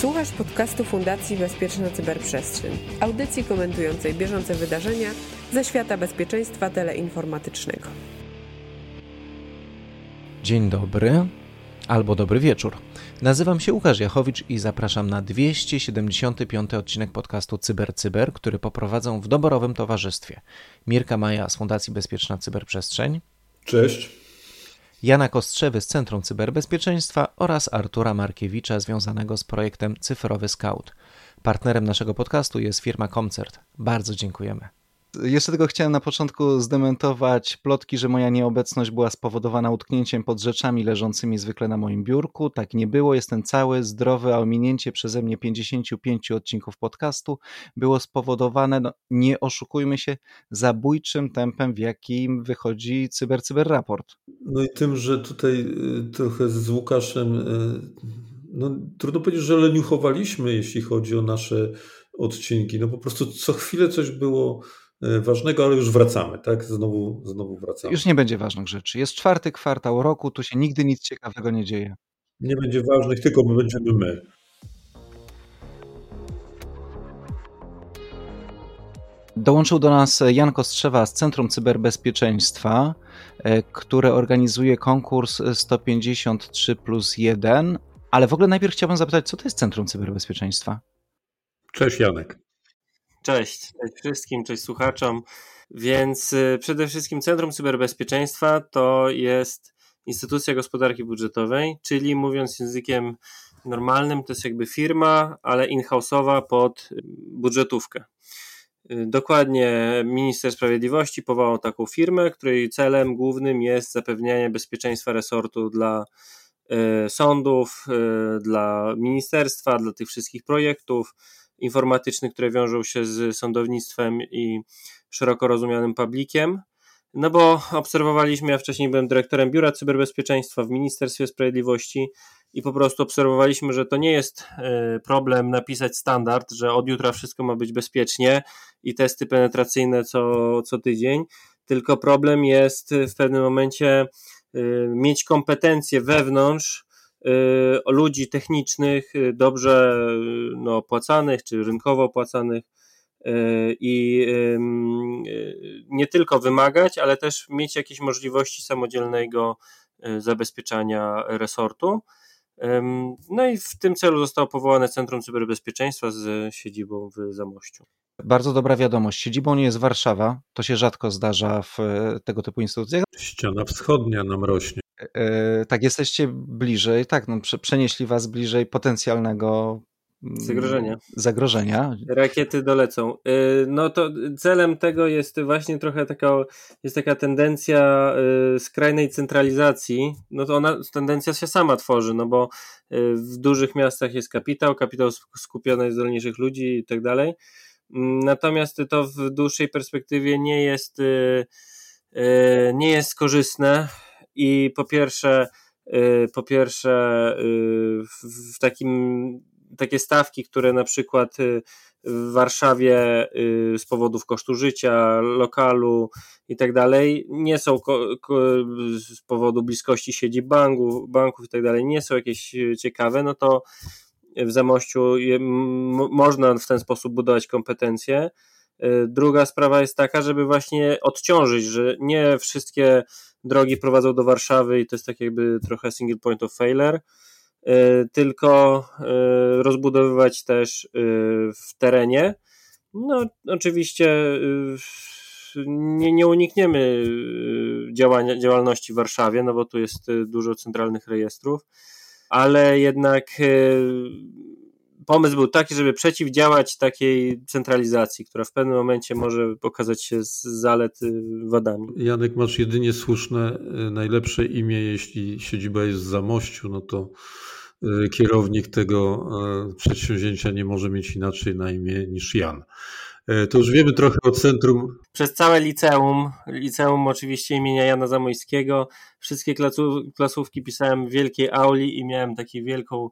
Słuchasz podcastu Fundacji Bezpieczna Cyberprzestrzeń, audycji komentującej bieżące wydarzenia ze świata bezpieczeństwa teleinformatycznego. Dzień dobry, albo dobry wieczór. Nazywam się Łukasz Jachowicz i zapraszam na 275. odcinek podcastu CyberCyber, który poprowadzę w doborowym towarzystwie. Mirka Maja z Fundacji Bezpieczna Cyberprzestrzeń. Cześć. Jana Kostrzewy z Centrum Cyberbezpieczeństwa oraz Artura Markiewicza związanego z projektem Cyfrowy Scout. Partnerem naszego podcastu jest firma Comcert. Bardzo dziękujemy. Jeszcze tylko chciałem na początku zdementować plotki, że moja nieobecność była spowodowana utknięciem pod rzeczami leżącymi zwykle na moim biurku. Tak nie było, jestem cały, zdrowy, a ominięcie przeze mnie 55 odcinków podcastu było spowodowane, nie oszukujmy się, zabójczym tempem, w jakim wychodzi Cyber Raport. No i tym, że tutaj trochę z Łukaszem, trudno powiedzieć, że leniuchowaliśmy, jeśli chodzi o nasze odcinki. No po prostu co chwilę coś było ważnego, ale już wracamy, tak? Znowu wracamy. Już nie będzie ważnych rzeczy. Jest 4. kwartał roku, tu się nigdy nic ciekawego nie dzieje. Nie będzie ważnych, tylko my będziemy my. Dołączył do nas Jan Kostrzewa z Centrum Cyberbezpieczeństwa, które organizuje konkurs 153+1, ale w ogóle najpierw chciałbym zapytać, co to jest Centrum Cyberbezpieczeństwa? Cześć Janek. Cześć wszystkim, cześć słuchaczom. Więc przede wszystkim Centrum Cyberbezpieczeństwa to jest instytucja gospodarki budżetowej, czyli mówiąc językiem normalnym, to jest jakby firma, ale in-house'owa pod budżetówkę. Dokładnie minister sprawiedliwości powołał taką firmę, której celem głównym jest zapewnianie bezpieczeństwa resortu dla sądów, dla ministerstwa, dla tych wszystkich projektów informatycznych, które wiążą się z sądownictwem i szeroko rozumianym publikiem. No bo obserwowaliśmy, ja wcześniej byłem dyrektorem Biura Cyberbezpieczeństwa w Ministerstwie Sprawiedliwości i po prostu obserwowaliśmy, że to nie jest problem napisać standard, że od jutra wszystko ma być bezpiecznie i testy penetracyjne co tydzień, tylko problem jest w pewnym momencie mieć kompetencje wewnątrz ludzi technicznych, dobrze opłacanych czy rynkowo opłacanych i nie tylko wymagać, ale też mieć jakieś możliwości samodzielnego zabezpieczania resortu. No i w tym celu zostało powołane Centrum Cyberbezpieczeństwa z siedzibą w Zamościu. Bardzo dobra wiadomość. Siedzibą nie jest Warszawa, to się rzadko zdarza w tego typu instytucjach. Ściana wschodnia nam rośnie. Tak, jesteście bliżej, przenieśli was bliżej potencjalnego zagrożenia. Rakiety dolecą. No to celem tego jest właśnie trochę taka tendencja skrajnej centralizacji. No to tendencja się sama tworzy, no bo w dużych miastach jest kapitał skupiony jest zdolniejszych ludzi i tak dalej. Natomiast to w dłuższej perspektywie nie jest korzystne i po pierwsze w takie stawki, które na przykład w Warszawie z powodów kosztu życia, lokalu i tak dalej nie są z powodu bliskości siedzib banków i tak dalej nie są jakieś ciekawe, no to w Zamościu można w ten sposób budować kompetencje. Druga sprawa jest taka, żeby właśnie odciążyć, że nie wszystkie drogi prowadzą do Warszawy i to jest tak jakby trochę single point of failure, tylko rozbudowywać też w terenie. No oczywiście nie unikniemy działalności w Warszawie, no bo tu jest dużo centralnych rejestrów, ale jednak pomysł był taki, żeby przeciwdziałać takiej centralizacji, która w pewnym momencie może okazać się z zalet wadami. Janek, masz jedynie słuszne, najlepsze imię, jeśli siedziba jest w Zamościu, no to kierownik tego przedsięwzięcia nie może mieć inaczej na imię niż Jan. To już wiemy trochę o centrum. Przez całe liceum oczywiście imienia Jana Zamojskiego, wszystkie klasówki pisałem w wielkiej auli i miałem taką wielką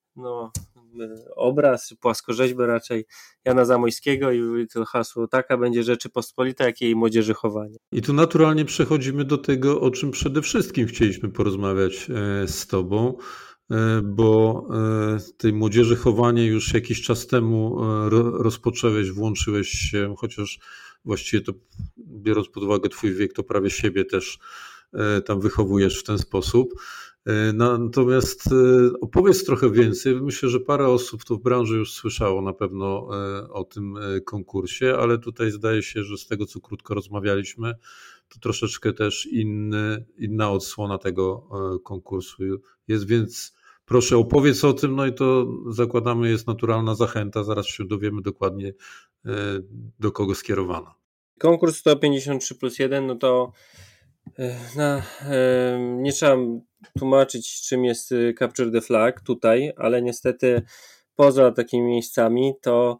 obraz, płaskorzeźbę raczej Jana Zamojskiego i to hasło: taka będzie Rzeczypospolita, jak jej młodzieży chowanie. I tu naturalnie przechodzimy do tego, o czym przede wszystkim chcieliśmy porozmawiać z Tobą, bo tej młodzieży chowanie już jakiś czas temu rozpocząłeś, włączyłeś się, chociaż właściwie to biorąc pod uwagę twój wiek, to prawie siebie też tam wychowujesz w ten sposób. Natomiast opowiedz trochę więcej. Myślę, że parę osób tu w branży już słyszało na pewno o tym konkursie, ale tutaj zdaje się, że z tego, co krótko rozmawialiśmy, to troszeczkę też inna odsłona tego konkursu jest, więc proszę opowiedz o tym, no i to zakładamy jest naturalna zachęta, zaraz się dowiemy dokładnie, do kogo skierowana. Konkurs 153+1, no to nie trzeba tłumaczyć, czym jest Capture the Flag tutaj, ale niestety poza takimi miejscami to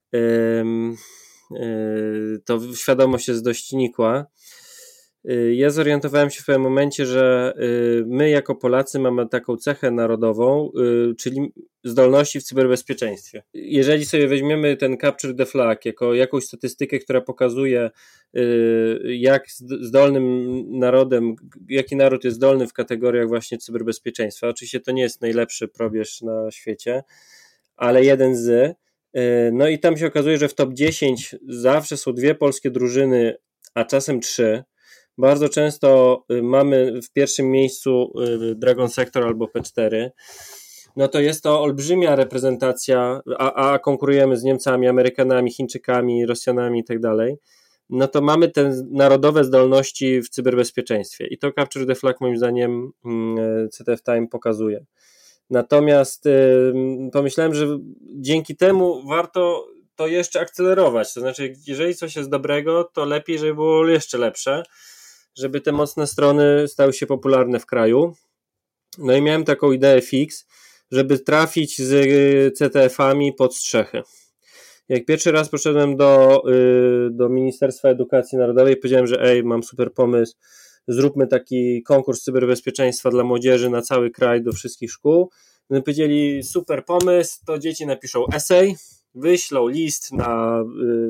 świadomość jest dość nikła. Ja zorientowałem się w pewnym momencie, że my jako Polacy mamy taką cechę narodową, czyli zdolności w cyberbezpieczeństwie. Jeżeli sobie weźmiemy ten Capture the Flag jako jakąś statystykę, która pokazuje, jak zdolnym narodem, jaki naród jest zdolny w kategoriach właśnie cyberbezpieczeństwa, oczywiście to nie jest najlepszy probierz na świecie, ale jeden z. No i tam się okazuje, że w top 10 zawsze są 2 polskie drużyny, a czasem 3. Bardzo często mamy w pierwszym miejscu Dragon Sector albo P4. No to jest to olbrzymia reprezentacja, a konkurujemy z Niemcami, Amerykanami, Chińczykami, Rosjanami i tak dalej. No to mamy te narodowe zdolności w cyberbezpieczeństwie i to Capture the Flag moim zdaniem CTF Time pokazuje. Natomiast pomyślałem, że dzięki temu warto to jeszcze akcelerować, to znaczy jeżeli coś jest dobrego, to lepiej, żeby było jeszcze lepsze, żeby te mocne strony stały się popularne w kraju. No i miałem taką ideę fix, żeby trafić z CTF-ami pod strzechy. Jak pierwszy raz poszedłem do Ministerstwa Edukacji Narodowej, powiedziałem, że mam super pomysł, zróbmy taki konkurs cyberbezpieczeństwa dla młodzieży na cały kraj, do wszystkich szkół. No i powiedzieli, super pomysł, to dzieci napiszą esej, wyślą list na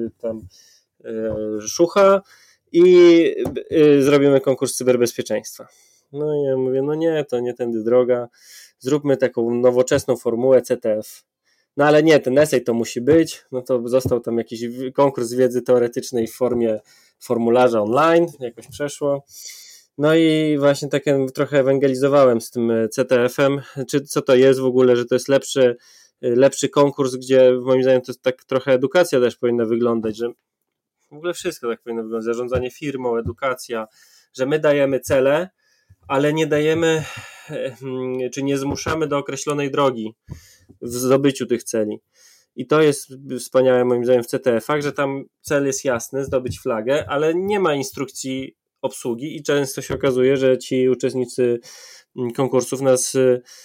Szucha i zrobimy konkurs cyberbezpieczeństwa. No i ja mówię, no nie, to nie tędy droga, zróbmy taką nowoczesną formułę CTF. No ale nie, ten esej to musi być, no to został tam jakiś konkurs wiedzy teoretycznej w formie formularza online, jakoś przeszło. No i właśnie tak trochę ewangelizowałem z tym CTF-em, czy co to jest w ogóle, że to jest lepszy konkurs, gdzie moim zdaniem to jest tak trochę edukacja też powinna wyglądać, że w ogóle wszystko tak powinno wyglądać, zarządzanie firmą, edukacja, że my dajemy cele, ale nie dajemy, czy nie zmuszamy do określonej drogi w zdobyciu tych celi. I to jest wspaniałe moim zdaniem w CTF-ach, że tam cel jest jasny, zdobyć flagę, ale nie ma instrukcji obsługi i często się okazuje, że ci uczestnicy konkursów nas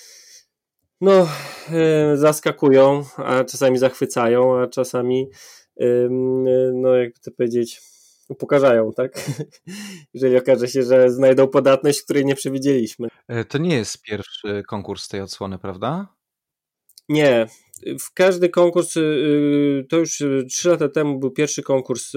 zaskakują, a czasami zachwycają, a czasami jakby to powiedzieć, upokarzają, tak? Jeżeli okaże się, że znajdą podatność, której nie przewidzieliśmy. To nie jest pierwszy konkurs tej odsłony, prawda? Nie. W każdy konkurs, to już 3 lata temu był pierwszy konkurs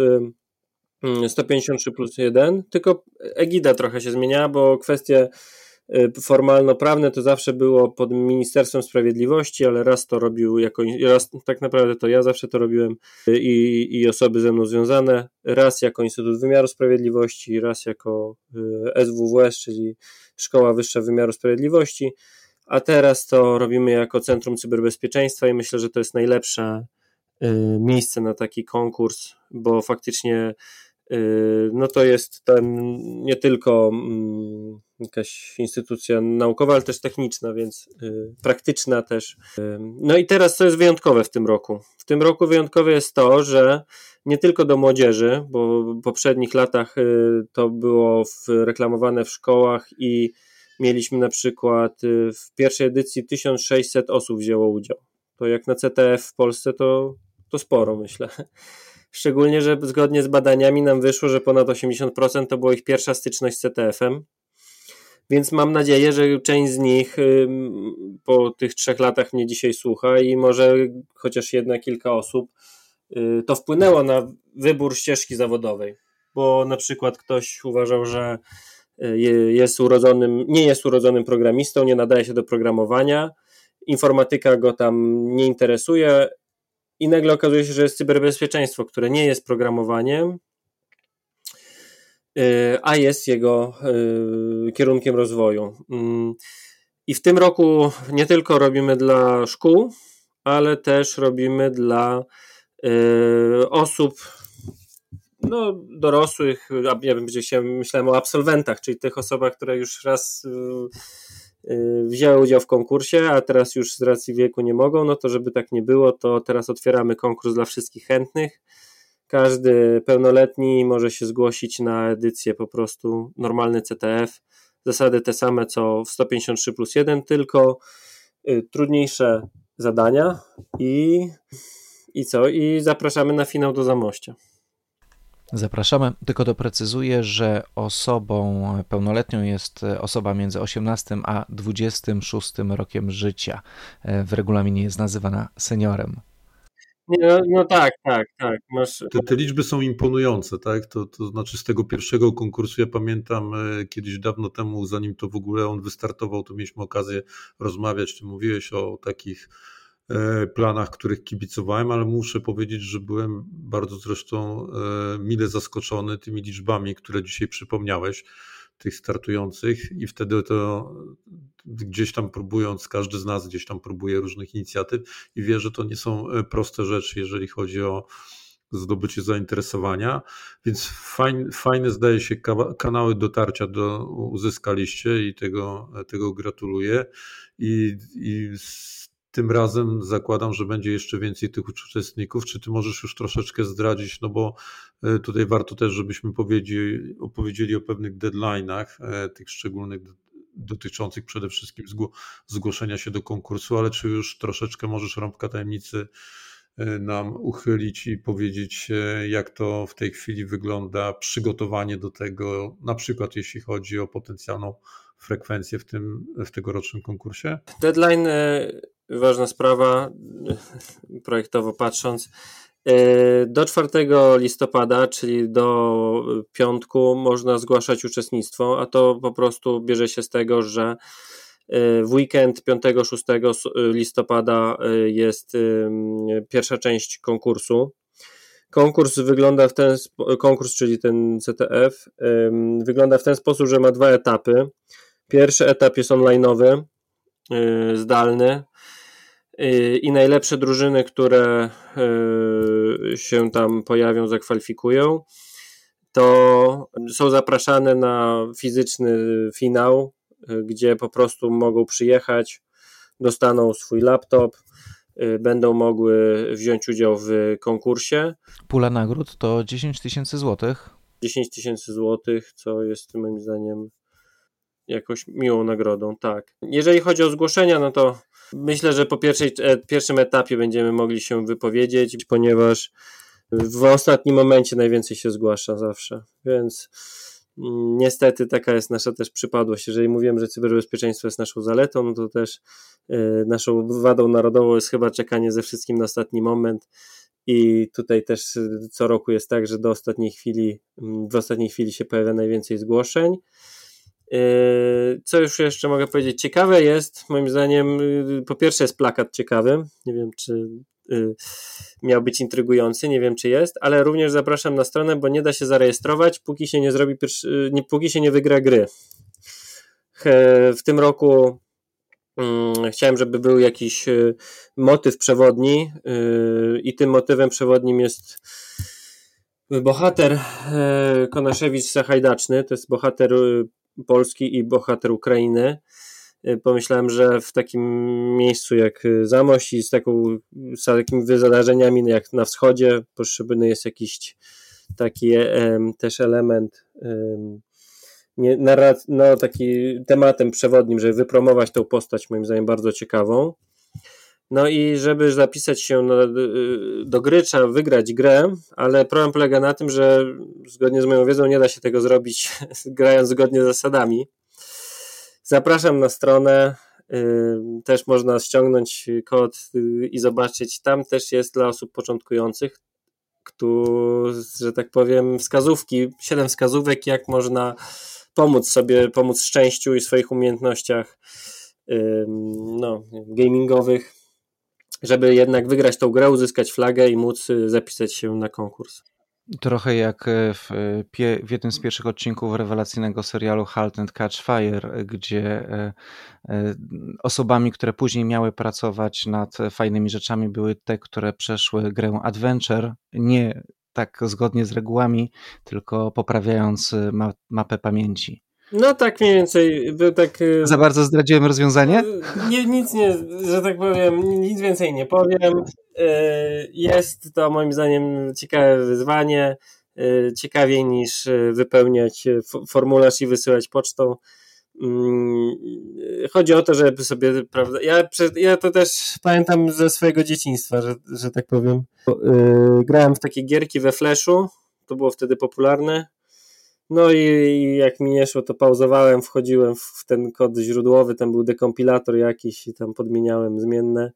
153+1, tylko egida trochę się zmieniała, bo kwestie formalno-prawne to zawsze było pod Ministerstwem Sprawiedliwości, ale raz to robił tak naprawdę to ja zawsze to robiłem i osoby ze mną związane, raz jako Instytut Wymiaru Sprawiedliwości, raz jako SWWS, czyli Szkoła Wyższa Wymiaru Sprawiedliwości, a teraz to robimy jako Centrum Cyberbezpieczeństwa i myślę, że to jest najlepsze miejsce na taki konkurs, bo faktycznie to jest nie tylko jakaś instytucja naukowa, ale też techniczna, więc praktyczna też. No i teraz co jest wyjątkowe w tym roku? W tym roku wyjątkowe jest to, że nie tylko do młodzieży, bo w poprzednich latach to było reklamowane w szkołach i mieliśmy na przykład w pierwszej edycji 1600 osób wzięło udział. To jak na CTF w Polsce to sporo, myślę. Szczególnie, że zgodnie z badaniami nam wyszło, że ponad 80% to była ich pierwsza styczność z CTF-em. Więc mam nadzieję, że część z nich po tych 3 latach mnie dzisiaj słucha i może chociaż kilka osób to wpłynęło na wybór ścieżki zawodowej. Bo na przykład ktoś uważał, że nie jest urodzonym programistą, nie nadaje się do programowania, informatyka go tam nie interesuje i nagle okazuje się, że jest cyberbezpieczeństwo, które nie jest programowaniem, a jest jego kierunkiem rozwoju. I w tym roku nie tylko robimy dla szkół, ale też robimy dla osób dorosłych, ja bym myślałem o absolwentach, czyli tych osobach, które już raz wzięły udział w konkursie, a teraz już z racji wieku nie mogą, no to żeby tak nie było, to teraz otwieramy konkurs dla wszystkich chętnych. Każdy pełnoletni może się zgłosić na edycję po prostu normalny CTF. Zasady te same co w 153+1, tylko trudniejsze zadania i zapraszamy na finał do Zamościa. Zapraszamy, tylko doprecyzuję, że osobą pełnoletnią jest osoba między 18 a 26 rokiem życia. W regulaminie jest nazywana seniorem. No tak. Te liczby są imponujące, tak? To znaczy z tego pierwszego konkursu, ja pamiętam kiedyś dawno temu, zanim to w ogóle on wystartował, to mieliśmy okazję rozmawiać, ty mówiłeś o takich planach, których kibicowałem, ale muszę powiedzieć, że byłem bardzo zresztą mile zaskoczony tymi liczbami, które dzisiaj przypomniałeś, tych startujących i wtedy to gdzieś tam próbując, każdy z nas gdzieś tam próbuje różnych inicjatyw i wie, że to nie są proste rzeczy, jeżeli chodzi o zdobycie zainteresowania, więc fajne zdaje się kanały dotarcia uzyskaliście i tego gratuluję i tym razem zakładam, że będzie jeszcze więcej tych uczestników. Czy ty możesz już troszeczkę zdradzić, no bo tutaj warto też, żebyśmy opowiedzieli o pewnych deadline'ach, tych szczególnych dotyczących przede wszystkim zgłoszenia się do konkursu, ale czy już troszeczkę możesz rąbka tajemnicy nam uchylić i powiedzieć, jak to w tej chwili wygląda przygotowanie do tego, na przykład jeśli chodzi o potencjalną frekwencję w tegorocznym konkursie? Deadline, ważna sprawa, projektowo patrząc, do 4 listopada, czyli do piątku można zgłaszać uczestnictwo, a to po prostu bierze się z tego, że w weekend 5-6 listopada jest pierwsza część konkursu. Konkurs, czyli ten CTF, wygląda w ten sposób, że ma 2 etapy. Pierwszy etap jest online'owy, zdalny i najlepsze drużyny, które się tam pojawią, zakwalifikują, to są zapraszane na fizyczny finał, gdzie po prostu mogą przyjechać, dostaną swój laptop, będą mogły wziąć udział w konkursie. Pula nagród to 10 000 złotych. 10 000 złotych, co jest moim zdaniem jakąś miłą nagrodą, tak. Jeżeli chodzi o zgłoszenia, no to myślę, że po pierwszym etapie będziemy mogli się wypowiedzieć, ponieważ w ostatnim momencie najwięcej się zgłasza zawsze, więc niestety taka jest nasza też przypadłość. Jeżeli mówiłem, że cyberbezpieczeństwo jest naszą zaletą, no to też naszą wadą narodową jest chyba czekanie ze wszystkim na ostatni moment i tutaj też co roku jest tak, że w ostatniej chwili się pojawia najwięcej zgłoszeń. Co już jeszcze mogę powiedzieć? Ciekawe jest, moim zdaniem, po pierwsze jest plakat ciekawy, nie wiem czy miał być intrygujący, nie wiem czy jest, ale również zapraszam na stronę, bo nie da się zarejestrować, póki się nie zrobi póki się nie wygra gry. W tym roku chciałem, żeby był jakiś motyw przewodni i tym motywem przewodnim jest bohater Konaszewicz-Sahajdaczny, to jest bohater Polski i bohater Ukrainy. Pomyślałem, że w takim miejscu jak Zamość i z takimi wydarzeniami jak na wschodzie potrzebny jest jakiś taki też element taki tematem przewodnim, żeby wypromować tą postać moim zdaniem bardzo ciekawą. No i żeby zapisać się do gry, trzeba wygrać grę, ale problem polega na tym, że zgodnie z moją wiedzą nie da się tego zrobić grając zgodnie z zasadami. Zapraszam na stronę, też można ściągnąć kod i zobaczyć. Tam też jest dla osób początkujących, że tak powiem, 7 wskazówek, jak można pomóc szczęściu i swoich umiejętnościach gamingowych, żeby jednak wygrać tą grę, uzyskać flagę i móc zapisać się na konkurs. Trochę jak w jednym z pierwszych odcinków rewelacyjnego serialu Halt and Catch Fire, gdzie osobami, które później miały pracować nad fajnymi rzeczami, były te, które przeszły grę Adventure, nie tak zgodnie z regułami, tylko poprawiając mapę pamięci. No tak mniej więcej. Tak, za bardzo zdradziłem rozwiązanie? Nic nie, że tak powiem, nic więcej nie powiem. Jest to moim zdaniem ciekawe wyzwanie, ciekawiej niż wypełniać formularz i wysyłać pocztą. Chodzi o to, żeby sobie, prawda, ja to też pamiętam ze swojego dzieciństwa, że tak powiem. Grałem w takie gierki we Flashu, to było wtedy popularne. No i jak mi nie szło, to pauzowałem, wchodziłem w ten kod źródłowy, tam był dekompilator jakiś i tam podmieniałem zmienne.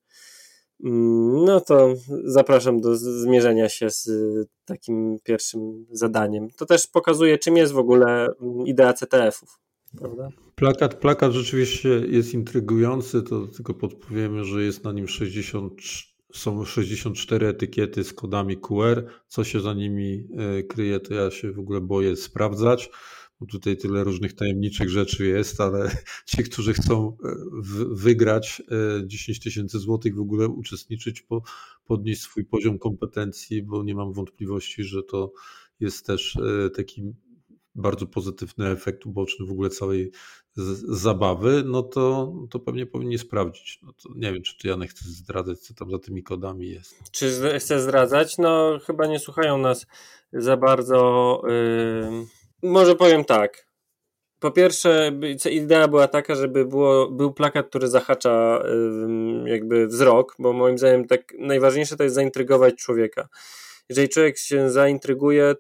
No to zapraszam do zmierzenia się z takim pierwszym zadaniem. To też pokazuje, czym jest w ogóle idea CTF-ów, prawda? Plakat rzeczywiście jest intrygujący, to tylko podpowiemy, że jest na nim są 64 etykiety z kodami QR. Co się za nimi kryje, to ja się w ogóle boję sprawdzać, bo tutaj tyle różnych tajemniczych rzeczy jest, ale ci, którzy chcą wygrać 10 000 złotych, w ogóle uczestniczyć, podnieść swój poziom kompetencji, bo nie mam wątpliwości, że to jest też taki bardzo pozytywny efekt uboczny w ogóle całej zabawy, no to pewnie powinni sprawdzić. No to nie wiem, czy ty, Janek, chcesz zdradzać, co tam za tymi kodami jest. Czy chcę zdradzać? No chyba nie słuchają nas za bardzo. Może powiem tak. Po pierwsze, idea była taka, żeby był plakat, który zahacza jakby wzrok, bo moim zdaniem tak najważniejsze to jest zaintrygować człowieka. Jeżeli człowiek się zaintryguje,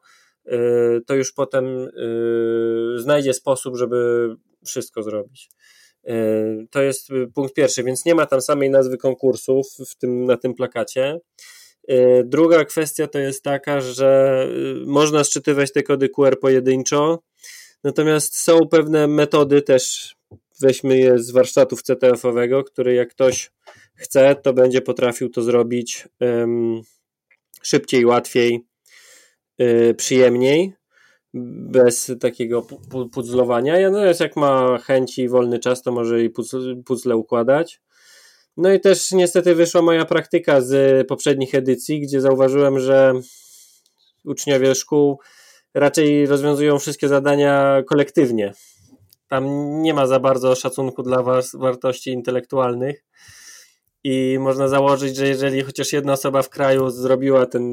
to już potem znajdzie sposób, żeby wszystko zrobić. To jest punkt pierwszy, więc nie ma tam samej nazwy konkursów na tym plakacie. Druga kwestia to jest taka, że można sczytywać te kody QR pojedynczo, natomiast są pewne metody też, weźmy je z warsztatów CTF-owego, który jak ktoś chce, to będzie potrafił to zrobić szybciej, łatwiej, przyjemniej, bez takiego puzzlowania. Natomiast jak ma chęci i wolny czas, to może i puzzle układać. No i też niestety wyszła moja praktyka z poprzednich edycji, gdzie zauważyłem, że uczniowie szkół raczej rozwiązują wszystkie zadania kolektywnie. Tam nie ma za bardzo szacunku dla wartości intelektualnych i można założyć, że jeżeli chociaż jedna osoba w kraju zrobiła te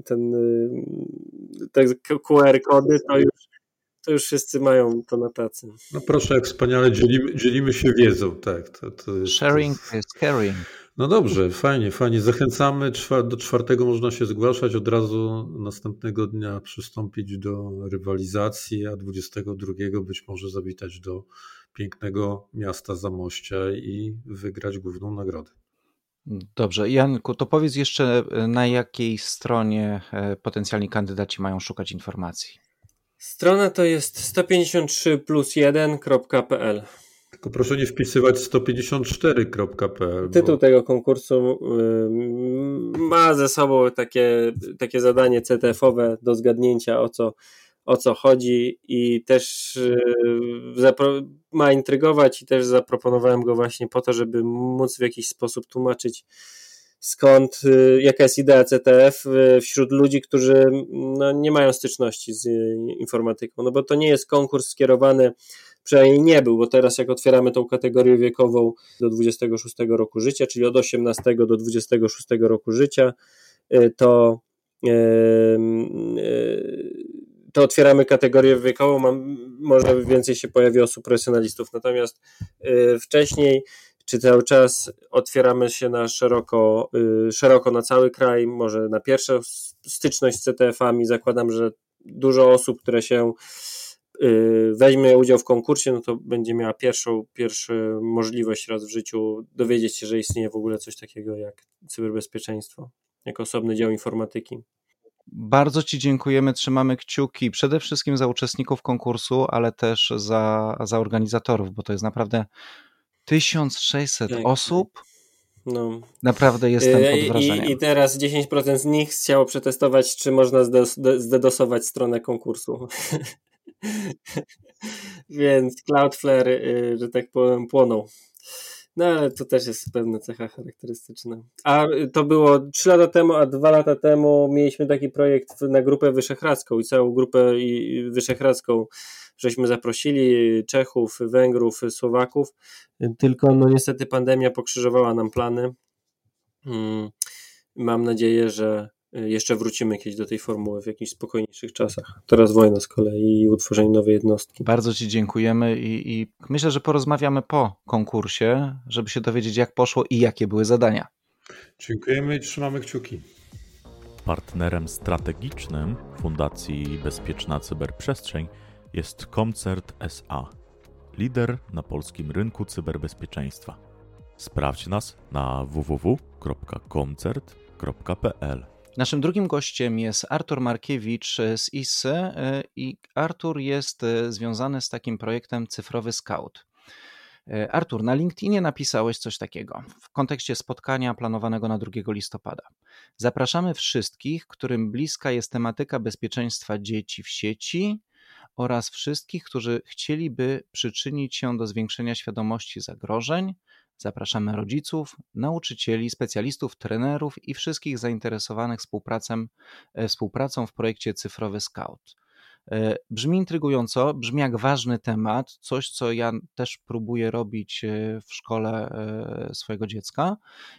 QR kody, to już wszyscy mają to na tacy. No proszę, jak wspaniale dzielimy się wiedzą. Tak, to jest, sharing is caring. No dobrze, fajnie. Zachęcamy, do 4 można się zgłaszać, od razu następnego dnia przystąpić do rywalizacji, a 22 być może zawitać do pięknego miasta Zamościa i wygrać główną nagrodę. Dobrze, Janku, to powiedz jeszcze, na jakiej stronie potencjalni kandydaci mają szukać informacji. Strona to jest 153plus1.pl. Tylko proszę nie wpisywać 154.pl. Tytuł tego konkursu ma ze sobą takie zadanie CTF-owe do zgadnięcia, o co chodzi, i też ma intrygować, i też zaproponowałem go właśnie po to, żeby móc w jakiś sposób tłumaczyć, jaka jest idea CTF wśród ludzi, którzy nie mają styczności z informatyką, no bo to nie jest konkurs skierowany, przynajmniej nie był, bo teraz jak otwieramy tą kategorię wiekową do 26 roku życia, czyli od 18 do 26 roku życia, to otwieramy kategorię wiekową, może więcej się pojawi osób profesjonalistów, natomiast wcześniej czy cały czas otwieramy się na szeroko na cały kraj, może na pierwszą styczność z CTF-ami. Zakładam, że dużo osób, które się weźmie udział w konkursie, no to będzie miała pierwszą możliwość raz w życiu dowiedzieć się, że istnieje w ogóle coś takiego jak cyberbezpieczeństwo, jako osobny dział informatyki. Bardzo Ci dziękujemy, trzymamy kciuki przede wszystkim za uczestników konkursu, ale też za organizatorów, bo to jest naprawdę 1600 osób. No. Naprawdę jestem pod wrażeniem. I teraz 10% z nich chciało przetestować, czy można zdedosować stronę konkursu. Więc Cloudflare, że tak powiem, płonął. No ale to też jest pewna cecha charakterystyczna. A to było 3 lata temu, a 2 lata temu mieliśmy taki projekt na Grupę Wyszehradzką i całą Grupę Wyszehradzką żeśmy zaprosili, Czechów, Węgrów, Słowaków, tylko no niestety pandemia pokrzyżowała nam plany. Mam nadzieję, że jeszcze wrócimy kiedyś do tej formuły w jakichś spokojniejszych czasach. Teraz wojna z kolei i utworzenie nowej jednostki. Bardzo Ci dziękujemy i myślę, że porozmawiamy po konkursie, żeby się dowiedzieć, jak poszło i jakie były zadania. Dziękujemy i trzymamy kciuki. Partnerem strategicznym Fundacji Bezpieczna Cyberprzestrzeń jest Comcert S.A., lider na polskim rynku cyberbezpieczeństwa. Sprawdź nas na www.comcert.pl. Naszym drugim gościem jest Artur Markiewicz z ISY i Artur jest związany z takim projektem Cyfrowy Scout. Artur, na LinkedInie napisałeś coś takiego w kontekście spotkania planowanego na 2 listopada. Zapraszamy wszystkich, którym bliska jest tematyka bezpieczeństwa dzieci w sieci oraz wszystkich, którzy chcieliby przyczynić się do zwiększenia świadomości zagrożeń. Zapraszamy rodziców, nauczycieli, specjalistów, trenerów i wszystkich zainteresowanych współpracą w projekcie Cyfrowy Scout. Brzmi intrygująco, brzmi jak ważny temat, coś co ja też próbuję robić w szkole swojego dziecka,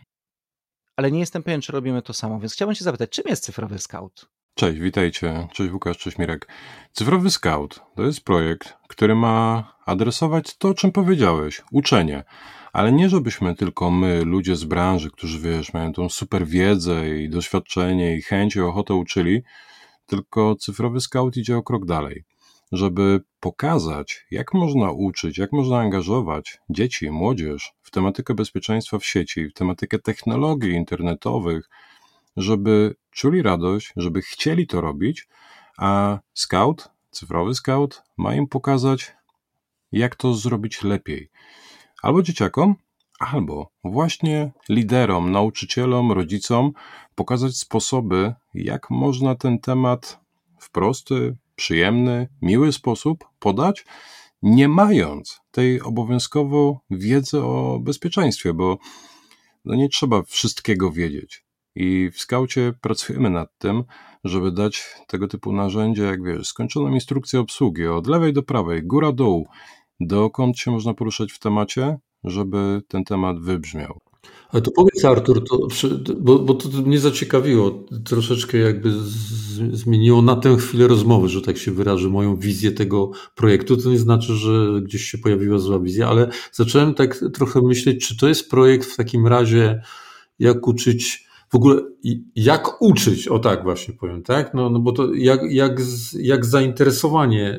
ale nie jestem pewien, czy robimy to samo, więc chciałbym Cię zapytać, czym jest Cyfrowy Scout? Cześć, witajcie. Cześć Łukasz, cześć Mirek. Cyfrowy Scout to jest projekt, który ma adresować to, o czym powiedziałeś, uczenie. Ale nie żebyśmy tylko my, ludzie z branży, którzy mają tą super wiedzę i doświadczenie i chęć i ochotę uczyli, tylko Cyfrowy Scout idzie o krok dalej, żeby pokazać, jak można uczyć, jak można angażować dzieci, młodzież w tematykę bezpieczeństwa w sieci, w tematykę technologii internetowych, żeby czuli radość, żeby chcieli to robić, a Scout, Cyfrowy Scout ma im pokazać, jak to zrobić lepiej. Albo dzieciakom, albo właśnie liderom, nauczycielom, rodzicom pokazać sposoby, jak można ten temat w prosty, przyjemny, miły sposób podać, nie mając tej obowiązkowo wiedzy o bezpieczeństwie, bo nie trzeba wszystkiego wiedzieć. I w Skaucie pracujemy nad tym, żeby dać tego typu narzędzie, jak skończoną instrukcję obsługi, od lewej do prawej, góra, dół, dokąd się można poruszać w temacie, żeby ten temat wybrzmiał. Ale to powiedz, Artur, bo to mnie zaciekawiło, troszeczkę jakby zmieniło na tę chwilę rozmowy, że tak się wyrażę, moją wizję tego projektu. To nie znaczy, że gdzieś się pojawiła zła wizja, ale zacząłem tak trochę myśleć, czy to jest projekt w takim razie, jak uczyć, w ogóle jak uczyć, o tak właśnie powiem, tak? No bo to jak zainteresowanie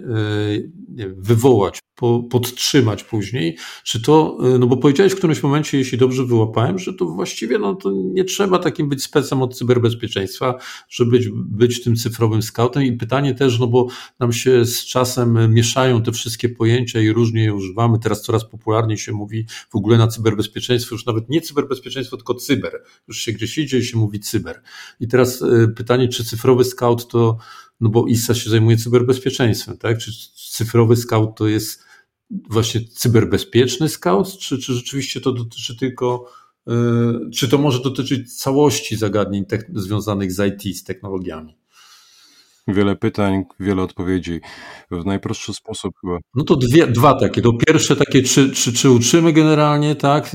wywołać, podtrzymać później, czy to, no bo powiedziałeś w którymś momencie, jeśli dobrze wyłapałem, że to właściwie to nie trzeba takim być specem od cyberbezpieczeństwa, żeby być tym cyfrowym skautem. I pytanie też, no bo nam się z czasem mieszają te wszystkie pojęcia i różnie je używamy. Teraz coraz popularniej się mówi w ogóle na cyberbezpieczeństwo, już nawet nie cyberbezpieczeństwo, tylko cyber. Już się gdzieś idzie i się mówi cyber. I teraz pytanie, czy cyfrowy scout to, no bo ISA się zajmuje cyberbezpieczeństwem, tak? Czy cyfrowy scout to jest właśnie cyberbezpieczny scout, czy rzeczywiście to dotyczy tylko, czy to może dotyczyć całości zagadnień związanych z IT, z technologiami? Wiele pytań, wiele odpowiedzi. W najprostszy sposób chyba. No to dwa takie. To pierwsze takie, czy uczymy generalnie, tak?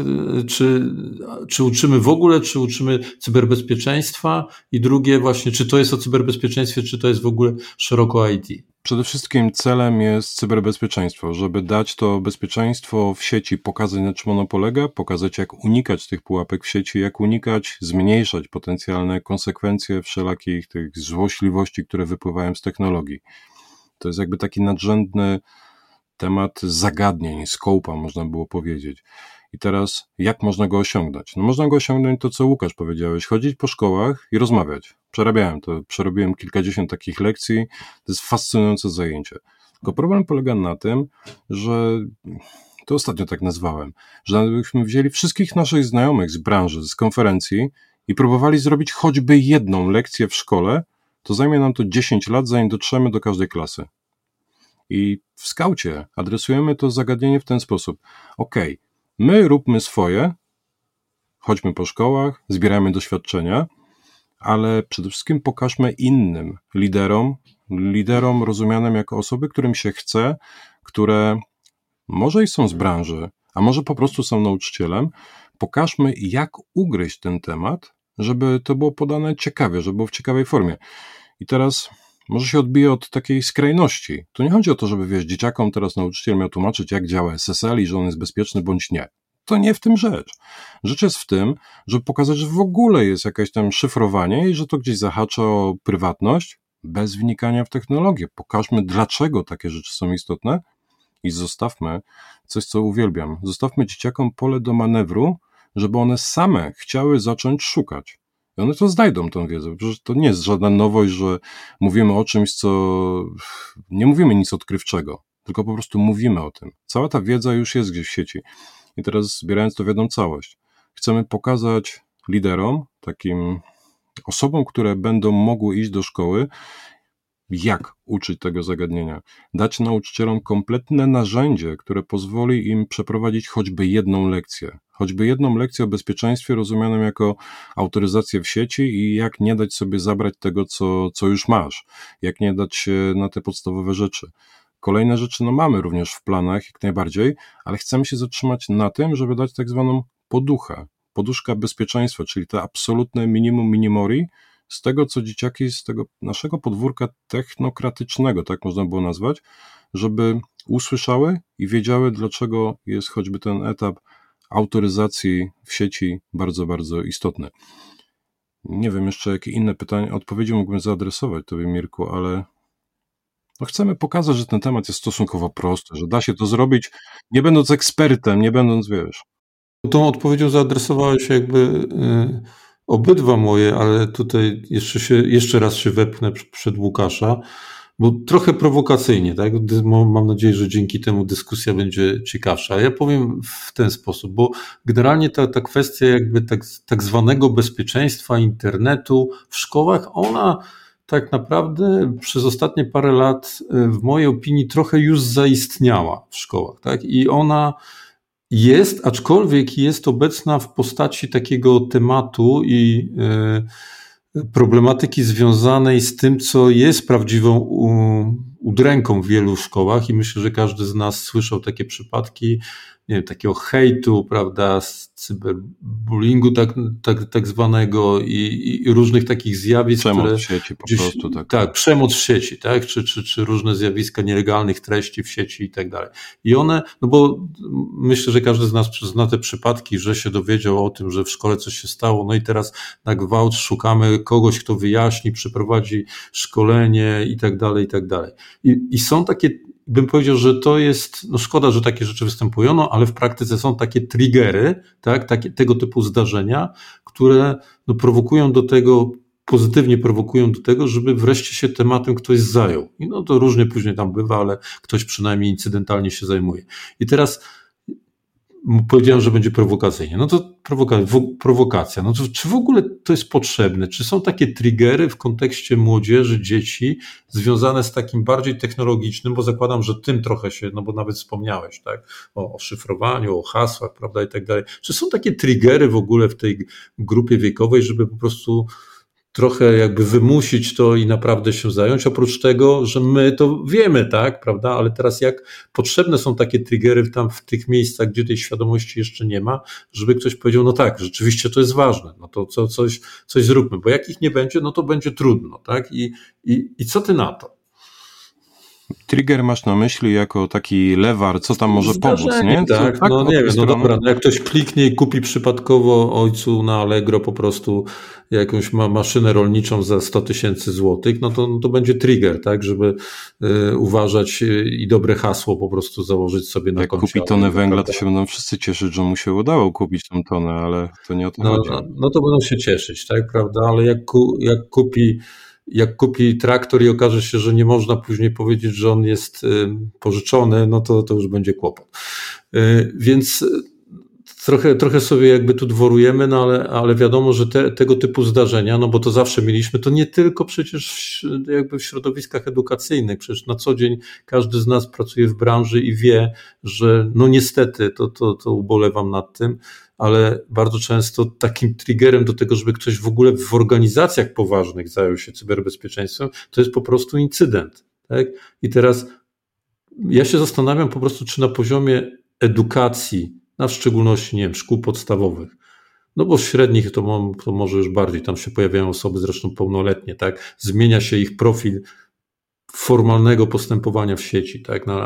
Czy uczymy w ogóle, czy uczymy cyberbezpieczeństwa? I drugie właśnie, czy to jest o cyberbezpieczeństwie, czy to jest w ogóle szeroko IT? Przede wszystkim celem jest cyberbezpieczeństwo, żeby dać to bezpieczeństwo w sieci, pokazać, na czym ono polega, pokazać, jak unikać tych pułapek w sieci, jak unikać, zmniejszać potencjalne konsekwencje wszelakich tych złośliwości, które wypływają z technologii. To jest jakby taki nadrzędny temat zagadnień, scope'a można było powiedzieć. I teraz jak można go osiągnąć? No można go osiągnąć to, co Łukasz powiedziałeś, chodzić po szkołach i rozmawiać. Przerobiłem kilkadziesiąt takich lekcji, to jest fascynujące zajęcie. Tylko problem polega na tym, że to ostatnio tak nazwałem, że gdybyśmy wzięli wszystkich naszych znajomych z branży, z konferencji i próbowali zrobić choćby jedną lekcję w szkole, to zajmie nam to 10 lat, zanim dotrzemy do każdej klasy. I w skaucie adresujemy to zagadnienie w ten sposób. Okej, my róbmy swoje, chodźmy po szkołach, zbierajmy doświadczenia, ale przede wszystkim pokażmy innym liderom rozumianym jako osoby, którym się chce, które może i są z branży, a może po prostu są nauczycielem, pokażmy, jak ugryźć ten temat, żeby to było podane ciekawie, żeby było w ciekawej formie. I teraz może się odbije od takiej skrajności. Tu nie chodzi o to, żeby dzieciakom teraz nauczyciel miał tłumaczyć, jak działa SSL i że on jest bezpieczny bądź nie. To nie w tym rzecz. Rzecz jest w tym, żeby pokazać, że w ogóle jest jakieś tam szyfrowanie i że to gdzieś zahacza o prywatność bez wnikania w technologię. Pokażmy, dlaczego takie rzeczy są istotne i zostawmy coś, co uwielbiam. Zostawmy dzieciakom pole do manewru, żeby one same chciały zacząć szukać. I one to znajdą, tą wiedzę. Przecież to nie jest żadna nowość, że mówimy o czymś, nie mówimy nic odkrywczego, tylko po prostu mówimy o tym. Cała ta wiedza już jest gdzieś w sieci. I teraz zbierając to w jedną całość, chcemy pokazać liderom, takim osobom, które będą mogły iść do szkoły, jak uczyć tego zagadnienia. Dać nauczycielom kompletne narzędzie, które pozwoli im przeprowadzić choćby jedną lekcję. Choćby jedną lekcję o bezpieczeństwie rozumianym jako autoryzację w sieci i jak nie dać sobie zabrać tego, co już masz. Jak nie dać się na te podstawowe rzeczy. Kolejne rzeczy mamy również w planach, jak najbardziej, ale chcemy się zatrzymać na tym, żeby dać tak zwaną poduchę. Poduszka bezpieczeństwa, czyli to absolutne minimum minimori z tego, co dzieciaki z tego naszego podwórka technokratycznego, tak można było nazwać, żeby usłyszały i wiedziały, dlaczego jest choćby ten etap autoryzacji w sieci bardzo, bardzo istotny. Nie wiem jeszcze, jakie inne pytania, odpowiedzi mógłbym zaadresować Tobie, Mirku, ale chcemy pokazać, że ten temat jest stosunkowo prosty, że da się to zrobić, nie będąc ekspertem, nie będąc, Tą odpowiedzią zaadresowałeś jakby obydwa moje, ale tutaj jeszcze raz się wepchnę przed Łukasza, bo trochę prowokacyjnie, tak? Mam nadzieję, że dzięki temu dyskusja będzie ciekawsza. Ja powiem w ten sposób, bo generalnie ta kwestia jakby tak zwanego bezpieczeństwa internetu w szkołach, ona tak naprawdę przez ostatnie parę lat w mojej opinii trochę już zaistniała w szkołach, tak? I ona jest, aczkolwiek jest obecna w postaci takiego tematu i problematyki związanej z tym, co jest prawdziwą udręką w wielu szkołach i myślę, że każdy z nas słyszał takie przypadki, nie wiem, takiego hejtu, prawda, cyberbullyingu tak zwanego i różnych takich zjawisk, przemoc w sieci po prostu. Tak, przemoc w sieci, tak, czy różne zjawiska nielegalnych treści w sieci i tak dalej. I one, no bo myślę, że każdy z nas zna te przypadki, że się dowiedział o tym, że w szkole coś się stało, no i teraz na gwałt szukamy kogoś, kto wyjaśni, przeprowadzi szkolenie i tak dalej, i tak dalej. I są takie, bym powiedział, że to jest, no szkoda, że takie rzeczy występują, no ale w praktyce są takie triggery, tak, tego typu zdarzenia, które no, pozytywnie prowokują do tego, żeby wreszcie się tematem ktoś zajął. I no to różnie później tam bywa, ale ktoś przynajmniej incydentalnie się zajmuje. I teraz powiedziałem, że będzie prowokacyjnie. No to prowokacja. No to czy w ogóle to jest potrzebne? Czy są takie triggery w kontekście młodzieży, dzieci związane z takim bardziej technologicznym, bo zakładam, że tym trochę się, no bo nawet wspomniałeś, tak, o szyfrowaniu, o hasłach, prawda, i tak dalej. Czy są takie triggery w ogóle w tej grupie wiekowej, żeby po prostu trochę jakby wymusić to i naprawdę się zająć, oprócz tego, że my to wiemy, tak, prawda, ale teraz jak potrzebne są takie triggery tam w tych miejscach, gdzie tej świadomości jeszcze nie ma, żeby ktoś powiedział, no tak, rzeczywiście to jest ważne, no to coś zróbmy, bo jak ich nie będzie, no to będzie trudno, tak, i co ty na to? Trigger masz na myśli jako taki lewar, co tam może pomóc, nie? Tak, no nie wiem, no dobra, no jak ktoś kliknie i kupi przypadkowo ojcu na Allegro po prostu jakąś maszynę rolniczą za 100 000 złotych, no to będzie trigger, tak, żeby uważać i dobre hasło po prostu założyć sobie na koncie. Jak kupi tonę węgla, to się będą wszyscy cieszyć, że mu się udało kupić tą tonę, ale to nie o to chodzi. No to będą się cieszyć, tak, prawda, ale jak kupi traktor i okaże się, że nie można później powiedzieć, że on jest pożyczony, no to już będzie kłopot. Więc trochę sobie jakby tu dworujemy, no ale wiadomo, że tego typu zdarzenia, no bo to zawsze mieliśmy, to nie tylko przecież jakby w środowiskach edukacyjnych, przecież na co dzień każdy z nas pracuje w branży i wie, że no niestety, to ubolewam nad tym, ale bardzo często takim triggerem do tego, żeby ktoś w ogóle w organizacjach poważnych zajął się cyberbezpieczeństwem, to jest po prostu incydent. Tak? I teraz ja się zastanawiam po prostu, czy na poziomie edukacji, w szczególności, nie wiem, szkół podstawowych, no bo w średnich to może już bardziej, tam się pojawiają osoby zresztą pełnoletnie, tak? Zmienia się ich profil formalnego postępowania w sieci, tak? No,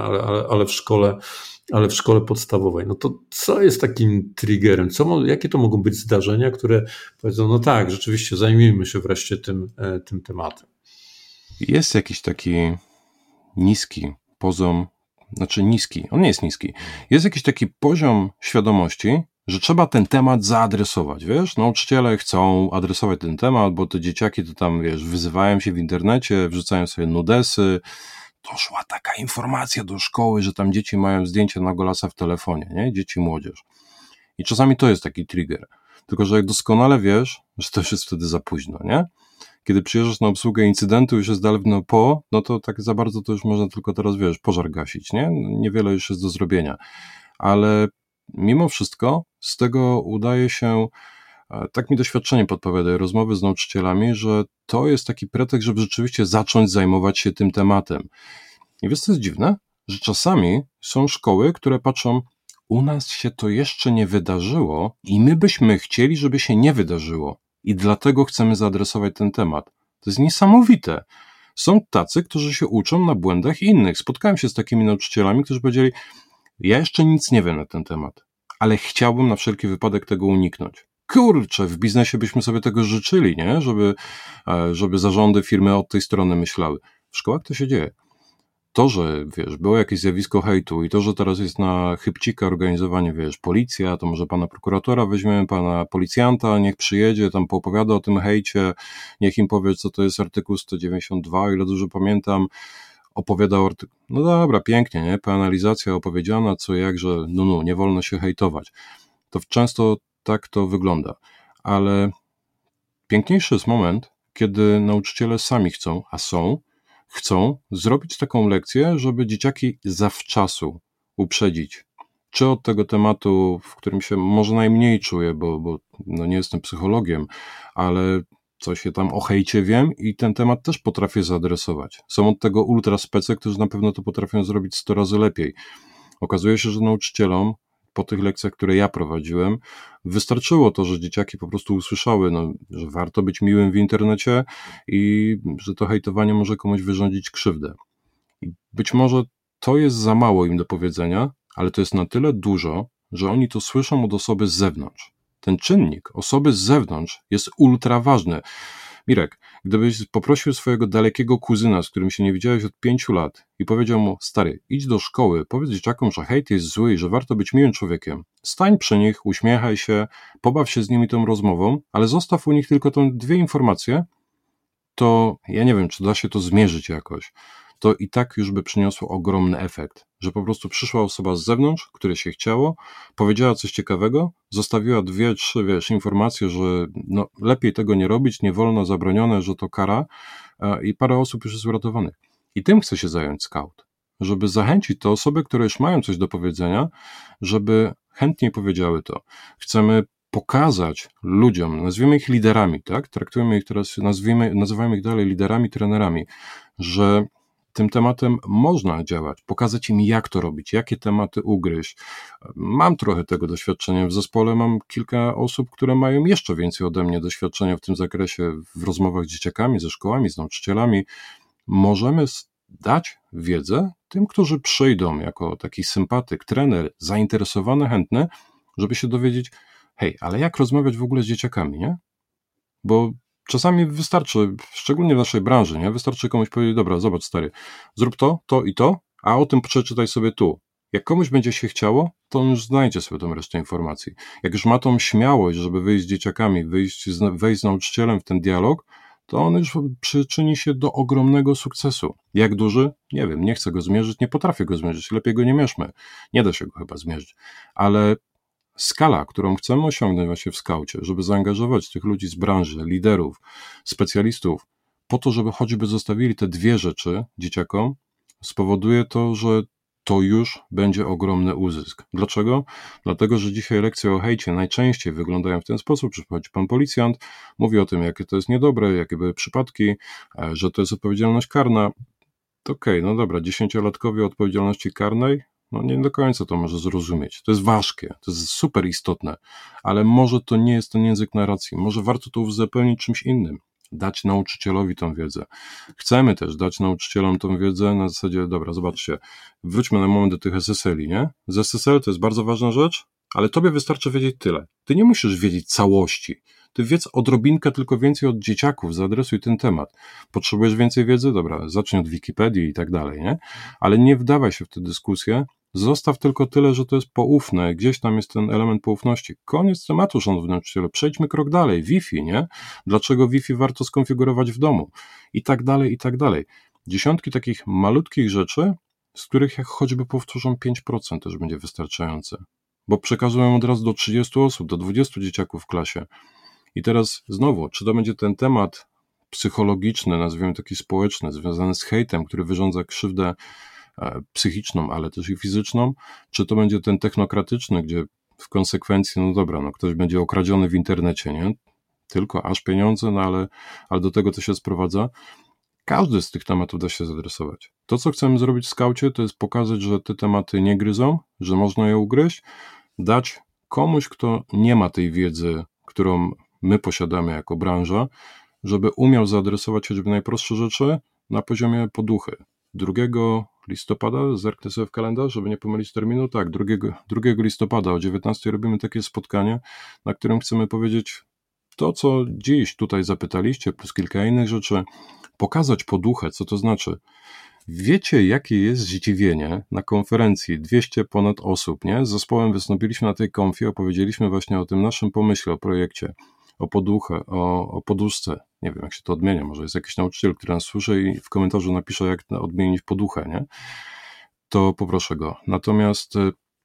ale w szkole podstawowej. No to co jest takim triggerem? Jakie to mogą być zdarzenia, które powiedzą, no tak, rzeczywiście zajmijmy się wreszcie tym tematem. Jest jakiś taki niski poziom, on nie jest niski. Jest jakiś taki poziom świadomości, że trzeba ten temat zaadresować, wiesz? Nauczyciele chcą adresować ten temat, bo te dzieciaki to tam, wiesz, wyzywają się w internecie, wrzucają sobie nudesy. Doszła taka informacja do szkoły, że tam dzieci mają zdjęcia na golasa w telefonie, nie? Dzieci, młodzież. I czasami to jest taki trigger. Tylko że jak doskonale wiesz, że to już jest wtedy za późno, nie? Kiedy przyjeżdżasz na obsługę incydentu, już jest dawno po, no to tak za bardzo to już można tylko teraz, wiesz, pożar gasić, nie? Niewiele już jest do zrobienia. Ale mimo wszystko z tego udaje się, tak mi doświadczenie podpowiada, rozmowy z nauczycielami, że to jest taki pretekst, żeby rzeczywiście zacząć zajmować się tym tematem. I wiesz, co jest dziwne? Że czasami są szkoły, które patrzą, u nas się to jeszcze nie wydarzyło i my byśmy chcieli, żeby się nie wydarzyło. I dlatego chcemy zaadresować ten temat. To jest niesamowite. Są tacy, którzy się uczą na błędach innych. Spotkałem się z takimi nauczycielami, którzy powiedzieli, ja jeszcze nic nie wiem na ten temat, ale chciałbym na wszelki wypadek tego uniknąć. Kurczę, w biznesie byśmy sobie tego życzyli, nie? Żeby zarządy firmy od tej strony myślały. W szkołach to się dzieje. To, że, wiesz, było jakieś zjawisko hejtu i to, że teraz jest na chybcika organizowanie, wiesz, policja, to może pana prokuratora weźmiemy, pana policjanta, niech przyjedzie, tam poopowiada o tym hejcie, niech im powie, co to jest artykuł 192, o ile dobrze pamiętam, opowiada o artykuł. No dobra, pięknie, nie? Penalizacja opowiedziana, co jakże, nie wolno się hejtować. To często tak to wygląda, ale piękniejszy jest moment, kiedy nauczyciele sami chcą zrobić taką lekcję, żeby dzieciaki zawczasu uprzedzić. Czy od tego tematu, w którym się może najmniej czuję, bo nie jestem psychologiem, ale coś tam o hejcie wiem i ten temat też potrafię zaadresować. Są od tego ultraspece, którzy na pewno to potrafią zrobić 100 razy lepiej. Okazuje się, że nauczycielom po tych lekcjach, które ja prowadziłem, wystarczyło to, że dzieciaki po prostu usłyszały, że warto być miłym w internecie i że to hejtowanie może komuś wyrządzić krzywdę. I być może to jest za mało im do powiedzenia, ale to jest na tyle dużo, że oni to słyszą od osoby z zewnątrz. Ten czynnik osoby z zewnątrz jest ultra ważny. Mirek, gdybyś poprosił swojego dalekiego kuzyna, z którym się nie widziałeś od 5 lat i powiedział mu, stary, idź do szkoły, powiedz dzieciakom, że hejt jest zły i że warto być miłym człowiekiem. Stań przy nich, uśmiechaj się, pobaw się z nimi tą rozmową, ale zostaw u nich tylko te 2 informacje, to ja nie wiem, czy da się to zmierzyć jakoś. To i tak już by przyniosło ogromny efekt, że po prostu przyszła osoba z zewnątrz, której się chciało, powiedziała coś ciekawego, zostawiła 2, 3, informacje, że lepiej tego nie robić, nie wolno, zabronione, że to kara i parę osób już jest uratowanych. I tym chce się zająć Scout, żeby zachęcić te osoby, które już mają coś do powiedzenia, żeby chętniej powiedziały to. Chcemy pokazać ludziom, nazwijmy ich liderami, tak? Traktujemy ich teraz, nazywajmy ich dalej liderami, trenerami, że tym tematem można działać, pokazać im, jak to robić, jakie tematy ugryźć. Mam trochę tego doświadczenia w zespole, mam kilka osób, które mają jeszcze więcej ode mnie doświadczenia w tym zakresie, w rozmowach z dzieciakami, ze szkołami, z nauczycielami. Możemy dać wiedzę tym, którzy przyjdą jako taki sympatyk, trener, zainteresowany, chętny, żeby się dowiedzieć, hej, ale jak rozmawiać w ogóle z dzieciakami, nie? Bo czasami wystarczy, szczególnie w naszej branży, nie? Wystarczy komuś powiedzieć, dobra, zobacz stary, zrób to i to, a o tym przeczytaj sobie tu. Jak komuś będzie się chciało, to on już znajdzie sobie tą resztę informacji. Jak już ma tą śmiałość, żeby wyjść z dzieciakami, wejść z nauczycielem w ten dialog, to on już przyczyni się do ogromnego sukcesu. Jak duży? Nie wiem, nie chcę go zmierzyć, nie potrafię go zmierzyć, lepiej go nie mierzmy. Nie da się go chyba zmierzyć. Ale skala, którą chcemy osiągnąć właśnie w skaucie, żeby zaangażować tych ludzi z branży, liderów, specjalistów, po to, żeby choćby zostawili te dwie rzeczy dzieciakom, spowoduje to, że to już będzie ogromny uzysk. Dlaczego? Dlatego, że dzisiaj lekcje o hejcie najczęściej wyglądają w ten sposób, że przychodzi pan policjant, mówi o tym, jakie to jest niedobre, jakie były przypadki, że to jest odpowiedzialność karna. To okej, no dobra, 10-latkowie odpowiedzialności karnej, no nie do końca to może zrozumieć. To jest ważkie, to jest super istotne, ale może to nie jest ten język narracji, może warto to uzupełnić czymś innym. Dać nauczycielowi tą wiedzę. Chcemy też dać nauczycielom tą wiedzę na zasadzie, dobra, zobaczcie, wróćmy na moment do tych SSL-i, nie? Z SSL to jest bardzo ważna rzecz, ale tobie wystarczy wiedzieć tyle. Ty nie musisz wiedzieć całości. Ty wiedz odrobinkę, tylko więcej od dzieciaków, zaadresuj ten temat. Potrzebujesz więcej wiedzy? Dobra, zacznij od Wikipedii i tak dalej, nie? Ale nie wdawaj się w tę dyskusję, zostaw tylko tyle, że to jest poufne, gdzieś tam jest ten element poufności. Koniec tematu, szanowni nauczyciele, przejdźmy krok dalej. Wi-Fi, nie? Dlaczego Wi-Fi warto skonfigurować w domu? I tak dalej, i tak dalej. Dziesiątki takich malutkich rzeczy, z których jak choćby powtórzą 5% też będzie wystarczające. Bo przekazują od razu do 30 osób, do 20 dzieciaków w klasie. I teraz znowu, czy to będzie ten temat psychologiczny, nazwijmy taki społeczny, związany z hejtem, który wyrządza krzywdę psychiczną, ale też i fizyczną, czy to będzie ten technokratyczny, gdzie w konsekwencji, no dobra, no ktoś będzie okradziony w internecie, nie? Tylko aż pieniądze, no ale do tego to się sprowadza. Każdy z tych tematów da się zadresować. To, co chcemy zrobić w skaucie, to jest pokazać, że te tematy nie gryzą, że można je ugryźć, dać komuś, kto nie ma tej wiedzy, którą my posiadamy jako branża, żeby umiał zaadresować choćby najprostsze rzeczy na poziomie poduchy. 2 listopada, zerknę sobie w kalendarz, żeby nie pomylić terminu, tak, 2 listopada o 19 robimy takie spotkanie, na którym chcemy powiedzieć to, co dziś tutaj zapytaliście, plus kilka innych rzeczy, pokazać poduchę, co to znaczy. Wiecie, jakie jest zdziwienie na konferencji, 200 ponad osób, nie? Z zespołem wystąpiliśmy na tej konfie, opowiedzieliśmy właśnie o tym naszym pomyśle, o projekcie, o poduchę, o poduszce. Nie wiem, jak się to odmienia, może jest jakiś nauczyciel, który nas słyszy i w komentarzu napisze, jak odmienić poduchę, nie? To poproszę go. Natomiast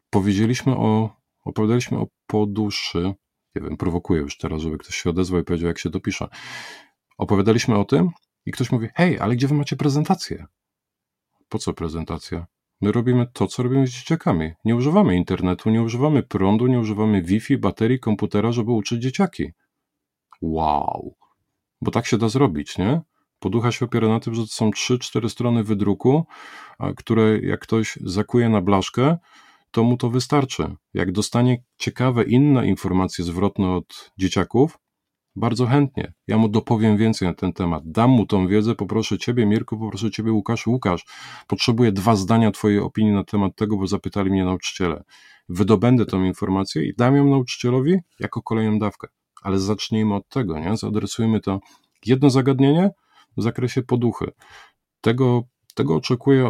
opowiadaliśmy o poduszy, nie wiem, prowokuję już teraz, żeby ktoś się odezwał i powiedział, jak się to pisze. Opowiadaliśmy o tym i ktoś mówi, hej, ale gdzie wy macie prezentację? Po co prezentacja? My robimy to, co robimy z dzieciakami. Nie używamy internetu, nie używamy prądu, nie używamy Wi-Fi, baterii, komputera, żeby uczyć dzieciaki. Wow! Bo tak się da zrobić, nie? Poducha się opiera na tym, że to są 3-4 strony wydruku, które jak ktoś zakuje na blaszkę, to mu to wystarczy. Jak dostanie ciekawe inne informacje zwrotne od dzieciaków, bardzo chętnie. Ja mu dopowiem więcej na ten temat. Dam mu tą wiedzę, poproszę ciebie, Mirku, poproszę ciebie, Łukasz. Łukasz, potrzebuję 2 zdania twojej opinii na temat tego, bo zapytali mnie nauczyciele. Wydobędę tą informację i dam ją nauczycielowi jako kolejną dawkę. Ale zacznijmy od tego, nie? Zaadresujmy to jedno zagadnienie w zakresie poduchy. Tego oczekuję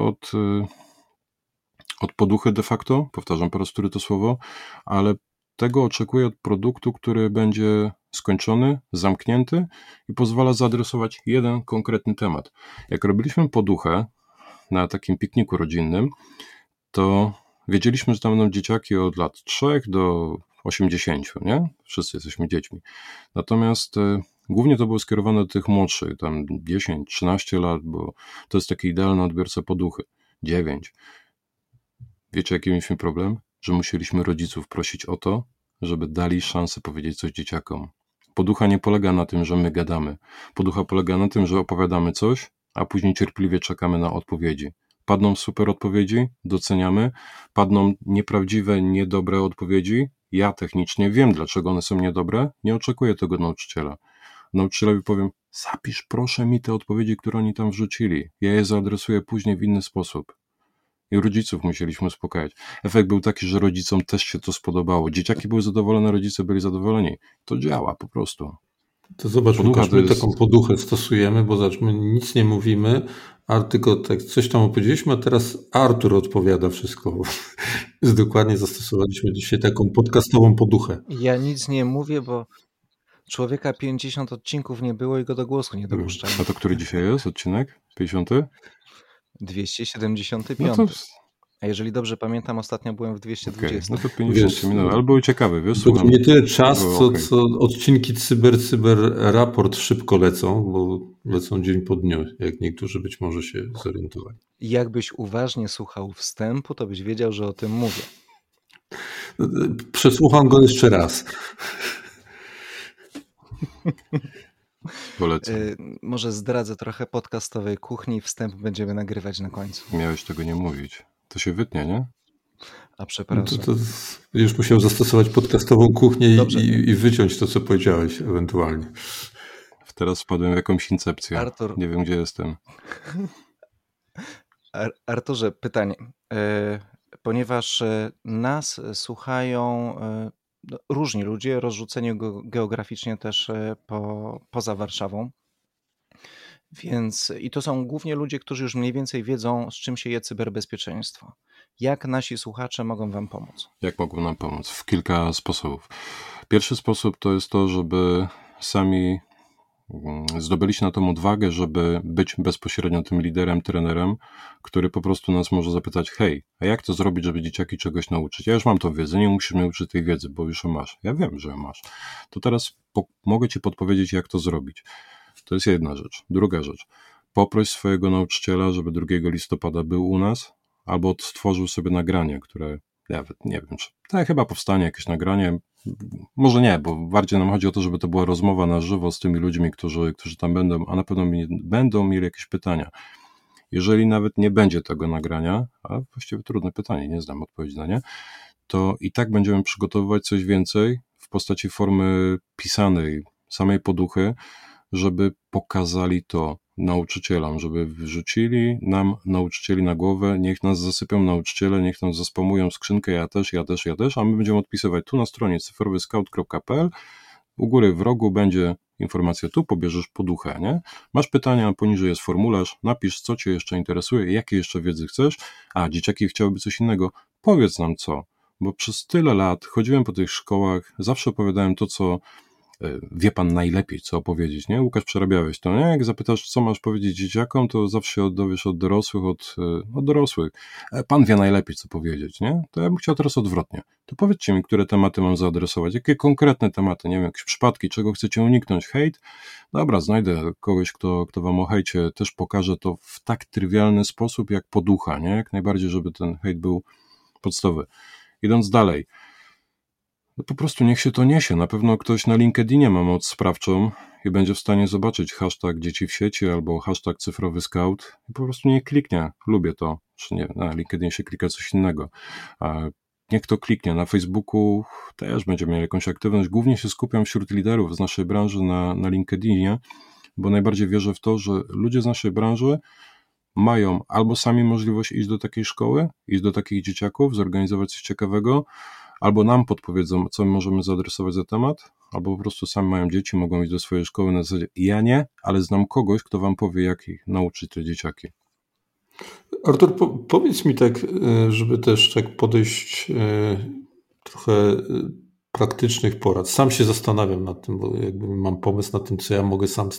od poduchy de facto, powtarzam po raz wtóry to słowo, ale tego oczekuję od produktu, który będzie skończony, zamknięty i pozwala zaadresować jeden konkretny temat. Jak robiliśmy poduchę na takim pikniku rodzinnym, to wiedzieliśmy, że tam będą dzieciaki od lat 3 do 80, nie? Wszyscy jesteśmy dziećmi. Natomiast głównie to było skierowane do tych młodszych, tam 10-13 lat, bo to jest taki idealny odbiorca poduchy. 9. Wiecie, jaki mieliśmy problem? Że musieliśmy rodziców prosić o to, żeby dali szansę powiedzieć coś dzieciakom. Poducha nie polega na tym, że my gadamy. Poducha polega na tym, że opowiadamy coś, a później cierpliwie czekamy na odpowiedzi. Padną super odpowiedzi, doceniamy. Padną nieprawdziwe, niedobre odpowiedzi. Ja technicznie wiem, dlaczego one są niedobre. Nie oczekuję tego nauczyciela. Nauczycielowi powiem, zapisz proszę mi te odpowiedzi, które oni tam wrzucili. Ja je zaadresuję później w inny sposób. I rodziców musieliśmy uspokajać. Efekt był taki, że rodzicom też się to spodobało. Dzieciaki były zadowolone, rodzice byli zadowoleni. To działa po prostu. To zobacz, Poducha Łukasz, my taką poduchę stosujemy, bo zobacz, my nic nie mówimy, a tylko tak coś tam opowiedzieliśmy, a teraz Artur odpowiada wszystko. Dokładnie zastosowaliśmy dzisiaj taką podcastową poduchę. Ja nic nie mówię, bo człowieka 50 odcinków nie było i go do głosu nie dopuszczają. A to który dzisiaj jest odcinek? 50? 275. No to... A jeżeli dobrze pamiętam, ostatnio byłem w 220. Okay, no to 50 minut, ale był ciekawy, wiesz? To nie tyle czas, co odcinki cyber raport szybko lecą, bo lecą dzień po dniu, jak niektórzy być może się zorientowali. Jakbyś uważnie słuchał wstępu, to byś wiedział, że o tym mówię. Przesłucham go jeszcze raz. Może zdradzę trochę podcastowej kuchni, wstęp będziemy nagrywać na końcu. Miałeś tego nie mówić. To się wytnie, nie? A przepraszam. To będziesz musiał zastosować podcastową kuchnię i wyciąć to, co powiedziałeś ewentualnie. Teraz wpadłem w jakąś incepcję. Artur. Nie wiem, gdzie jestem. Arturze, pytanie. Ponieważ nas słuchają różni ludzie, rozrzuceni geograficznie też poza Warszawą. Więc i to są głównie ludzie, którzy już mniej więcej wiedzą, z czym się je cyberbezpieczeństwo. Jak nasi słuchacze mogą wam pomóc? Jak mogą nam pomóc? W kilka sposobów. Pierwszy sposób to jest to, żeby sami zdobyli się na tą odwagę, żeby być bezpośrednio tym liderem, trenerem, który po prostu nas może zapytać: hej, a jak to zrobić, żeby dzieciaki czegoś nauczyć? Ja już mam tą wiedzę, nie musisz mnie uczyć tej wiedzy, bo już ją masz. Ja wiem, że ją masz. To teraz mogę ci podpowiedzieć, jak to zrobić. To jest jedna rzecz. Druga rzecz. Poproś swojego nauczyciela, żeby 2 listopada był u nas, albo stworzył sobie nagranie, które nawet nie wiem, czy chyba powstanie jakieś nagranie. Może nie, bo bardziej nam chodzi o to, żeby to była rozmowa na żywo z tymi ludźmi, którzy tam będą, a na pewno będą mieli jakieś pytania. Jeżeli nawet nie będzie tego nagrania, a właściwie trudne pytanie, nie znam odpowiedzi na nie, to i tak będziemy przygotowywać coś więcej w postaci formy pisanej, samej poduchy, żeby pokazali to nauczycielom, żeby wrzucili nam nauczycieli na głowę, niech nas zasypią nauczyciele, niech nam zaspamują skrzynkę, ja też, a my będziemy odpisywać tu na stronie cyfrowyscout.pl, u góry w rogu będzie informacja, tu pobierzesz poduchę, nie? Masz pytania, poniżej jest formularz, napisz, co cię jeszcze interesuje, jakie jeszcze wiedzy chcesz, a dzieciaki chciałyby coś innego, powiedz nam co, bo przez tyle lat chodziłem po tych szkołach, zawsze opowiadałem to, co wie pan najlepiej, co opowiedzieć, nie? Łukasz, przerabiałeś to, nie? Jak zapytasz, co masz powiedzieć dzieciakom, to zawsze się dowiesz od dorosłych, od dorosłych. Pan wie najlepiej, co powiedzieć, nie? To ja bym chciał teraz odwrotnie. To powiedzcie mi, które tematy mam zaadresować, jakie konkretne tematy, nie wiem, jakieś przypadki, czego chcecie uniknąć, hejt? Dobra, znajdę kogoś, kto wam o hejcie też pokaże to w tak trywialny sposób, jak poducha, nie? Jak najbardziej, żeby ten hejt był podstawowy. Idąc dalej, no po prostu niech się to niesie. Na pewno ktoś na LinkedInie ma moc sprawczą i będzie w stanie zobaczyć hashtag dzieci w sieci albo hashtag cyfrowy scout i po prostu niech kliknie. Lubię to. Czy nie, na LinkedInie się klika coś innego. Niech to kliknie. Na Facebooku też będziemy mieli jakąś aktywność. Głównie się skupiam wśród liderów z naszej branży na LinkedInie, bo najbardziej wierzę w to, że ludzie z naszej branży mają albo sami możliwość iść do takiej szkoły, iść do takich dzieciaków, zorganizować coś ciekawego, albo nam podpowiedzą, co możemy zaadresować za temat, albo po prostu sami mają dzieci, mogą iść do swojej szkoły na zasadzie ja nie, ale znam kogoś, kto wam powie, jak ich nauczyć te dzieciaki. Artur, powiedz mi tak, żeby też tak podejść trochę praktycznych porad. Sam się zastanawiam nad tym, bo jakby mam pomysł na tym, co ja mogę sam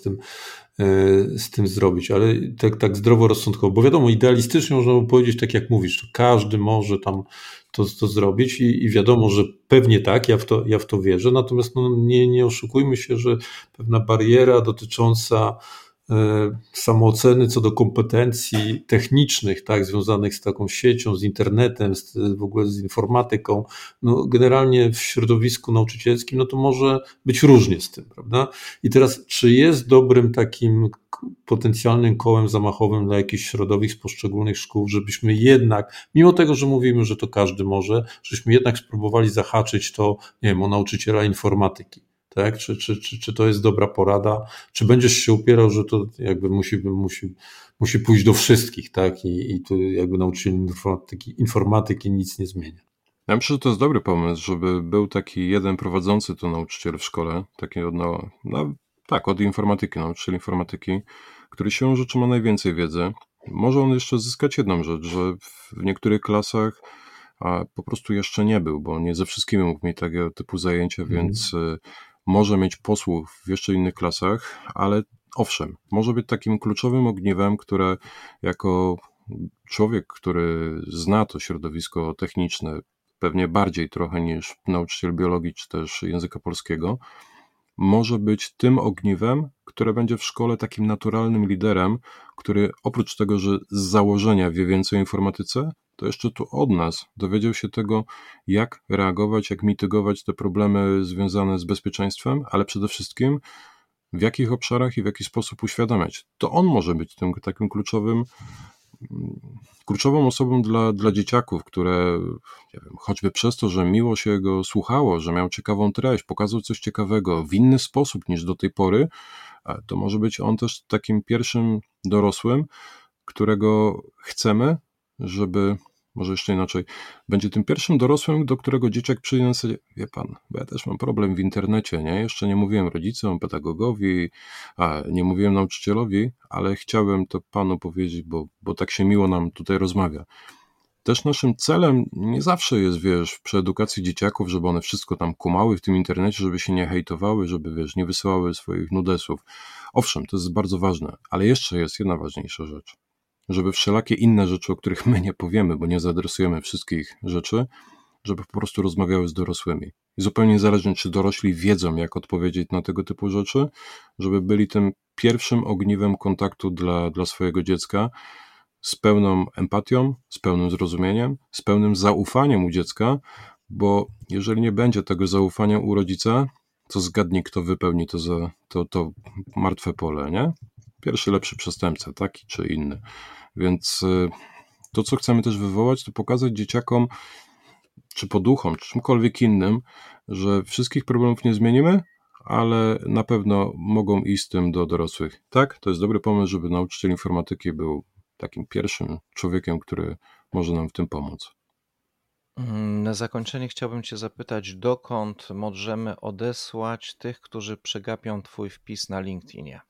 z tym zrobić, ale tak zdroworozsądkowo, bo wiadomo, idealistycznie można by powiedzieć, tak jak mówisz, to każdy może tam to zrobić i wiadomo, że pewnie tak, ja w to wierzę, natomiast nie oszukujmy się, że pewna bariera dotycząca samooceny co do kompetencji technicznych, tak, związanych z taką siecią, z internetem, w ogóle z informatyką, no generalnie w środowisku nauczycielskim, no to może być różnie z tym, prawda? I teraz, czy jest dobrym takim potencjalnym kołem zamachowym dla jakichś środowisk z poszczególnych szkół, żebyśmy jednak, mimo tego, że mówimy, że to każdy może, żebyśmy jednak spróbowali zahaczyć to, nie wiem, o nauczyciela informatyki. tak? Czy to jest dobra porada, czy będziesz się upierał, że to jakby musi pójść do wszystkich, tak? I tu jakby nauczyciel informatyki nic nie zmienia. Ja myślę, że to jest dobry pomysł, żeby był taki jeden prowadzący to nauczyciel w szkole, taki od informatyki, nauczyciel informatyki, który siłą rzeczy ma najwięcej wiedzy. Może on jeszcze zyskać jedną rzecz, że w niektórych klasach po prostu jeszcze nie był, bo nie ze wszystkimi mógł mieć takiego typu zajęcia, więc może mieć posłów w jeszcze innych klasach, ale owszem, może być takim kluczowym ogniwem, które jako człowiek, który zna to środowisko techniczne, pewnie bardziej trochę niż nauczyciel biologii czy też języka polskiego, może być tym ogniwem, które będzie w szkole takim naturalnym liderem, który oprócz tego, że z założenia wie więcej o informatyce, to jeszcze tu od nas dowiedział się tego, jak reagować, jak mitygować te problemy związane z bezpieczeństwem, ale przede wszystkim w jakich obszarach i w jaki sposób uświadamiać. To on może być tym takim kluczową osobą dla dzieciaków, które nie wiem, choćby przez to, że miło się go słuchało, że miał ciekawą treść, pokazał coś ciekawego w inny sposób niż do tej pory, to może być on też takim pierwszym dorosłym, którego chcemy, żeby, może jeszcze inaczej, będzie tym pierwszym dorosłym, do którego dzieciak przyjdzie na zasadzie, wie pan, bo ja też mam problem w internecie, nie? Jeszcze nie mówiłem rodzicom, pedagogowi, nie mówiłem nauczycielowi, ale chciałem to panu powiedzieć, bo tak się miło nam tutaj rozmawia. Też naszym celem nie zawsze jest, przy edukacji dzieciaków, żeby one wszystko tam kumały w tym internecie, żeby się nie hejtowały, żeby, nie wysyłały swoich nudesów. Owszem, to jest bardzo ważne, ale jeszcze jest jedna ważniejsza rzecz. Żeby wszelakie inne rzeczy, o których my nie powiemy, bo nie zaadresujemy wszystkich rzeczy, żeby po prostu rozmawiały z dorosłymi. I zupełnie niezależnie, czy dorośli wiedzą, jak odpowiedzieć na tego typu rzeczy, żeby byli tym pierwszym ogniwem kontaktu dla swojego dziecka, z pełną empatią, z pełnym zrozumieniem, z pełnym zaufaniem u dziecka, bo jeżeli nie będzie tego zaufania u rodzica, to zgadnij, kto wypełni to martwe pole, nie? Pierwszy lepszy przestępca, taki czy inny. Więc to, co chcemy też wywołać, to pokazać dzieciakom, czy poduchom, czy czymkolwiek innym, że wszystkich problemów nie zmienimy, ale na pewno mogą iść z tym do dorosłych. Tak, to jest dobry pomysł, żeby nauczyciel informatyki był takim pierwszym człowiekiem, który może nam w tym pomóc. Na zakończenie chciałbym Cię zapytać, dokąd możemy odesłać tych, którzy przegapią Twój wpis na LinkedInie?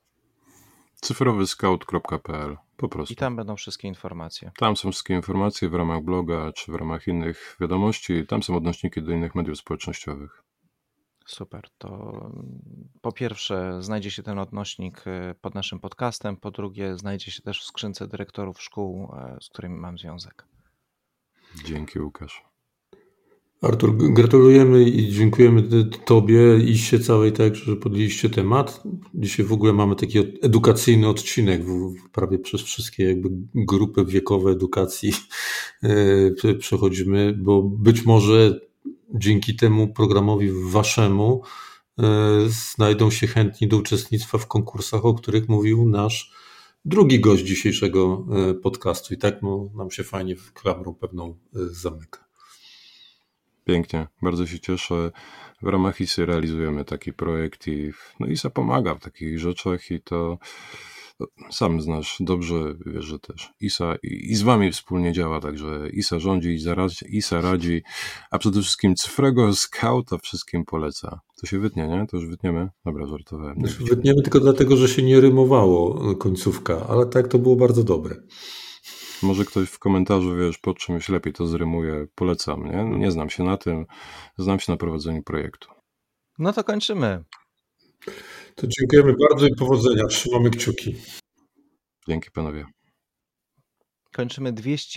cyfrowyscout.pl po prostu. I tam będą wszystkie informacje. Tam są wszystkie informacje w ramach bloga, czy w ramach innych wiadomości. Tam są odnośniki do innych mediów społecznościowych. Super. To po pierwsze znajdzie się ten odnośnik pod naszym podcastem, po drugie znajdzie się też w skrzynce dyrektorów szkół, z którymi mam związek. Dzięki, Łukasz. Artur, gratulujemy i dziękujemy Tobie i się całej, tak, że podjęliście temat. Dzisiaj w ogóle mamy taki edukacyjny odcinek, prawie przez wszystkie jakby grupy wiekowe edukacji przechodzimy, bo być może dzięki temu programowi waszemu znajdą się chętni do uczestnictwa w konkursach, o których mówił nasz drugi gość dzisiejszego podcastu. I tak nam się fajnie w klamrą pewną zamyka. Pięknie, bardzo się cieszę. W ramach ISY realizujemy taki projekt i ISA pomaga w takich rzeczach i to sam znasz dobrze, wiesz, że też ISA i z wami wspólnie działa, także ISA rządzi, ISA radzi, a przede wszystkim Cyfrowego Scouta wszystkim poleca. To się wytnie, nie? To już wytniemy? Dobra, żartowałem. Wytniemy tylko dlatego, że się nie rymowało końcówka, ale tak to było bardzo dobre. Może ktoś w komentarzu, pod czymś lepiej to zrymuje, polecam, nie? Nie znam się na tym, znam się na prowadzeniu projektu. No to kończymy. To dziękujemy bardzo i powodzenia, trzymamy kciuki. Dzięki panowie. Kończymy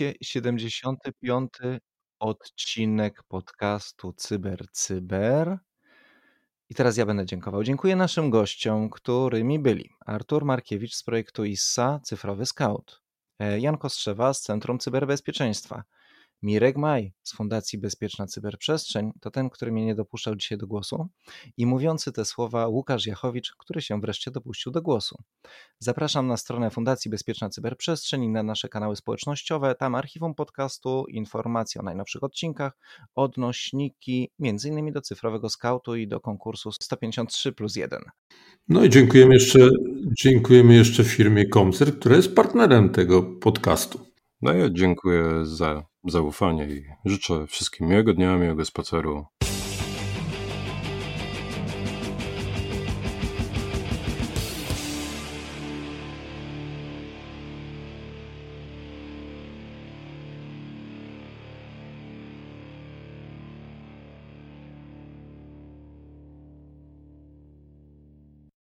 275 odcinek podcastu Cyber. I teraz ja będę dziękował. Dziękuję naszym gościom, którymi byli Artur Markiewicz z projektu ISSA Cyfrowy Scout, Jan Kostrzewa z Centrum Cyberbezpieczeństwa, Mirek Maj z Fundacji Bezpieczna Cyberprzestrzeń to ten, który mnie nie dopuszczał dzisiaj do głosu, i mówiący te słowa Łukasz Jachowicz, który się wreszcie dopuścił do głosu. Zapraszam na stronę Fundacji Bezpieczna Cyberprzestrzeń i na nasze kanały społecznościowe. Tam archiwum podcastu, informacje o najnowszych odcinkach, odnośniki m.in. do cyfrowego skautu i do konkursu 153+1. No i dziękujemy jeszcze firmie Comcert, która jest partnerem tego podcastu. No ja dziękuję za zaufanie i życzę wszystkim miłego dnia, miłego spaceru.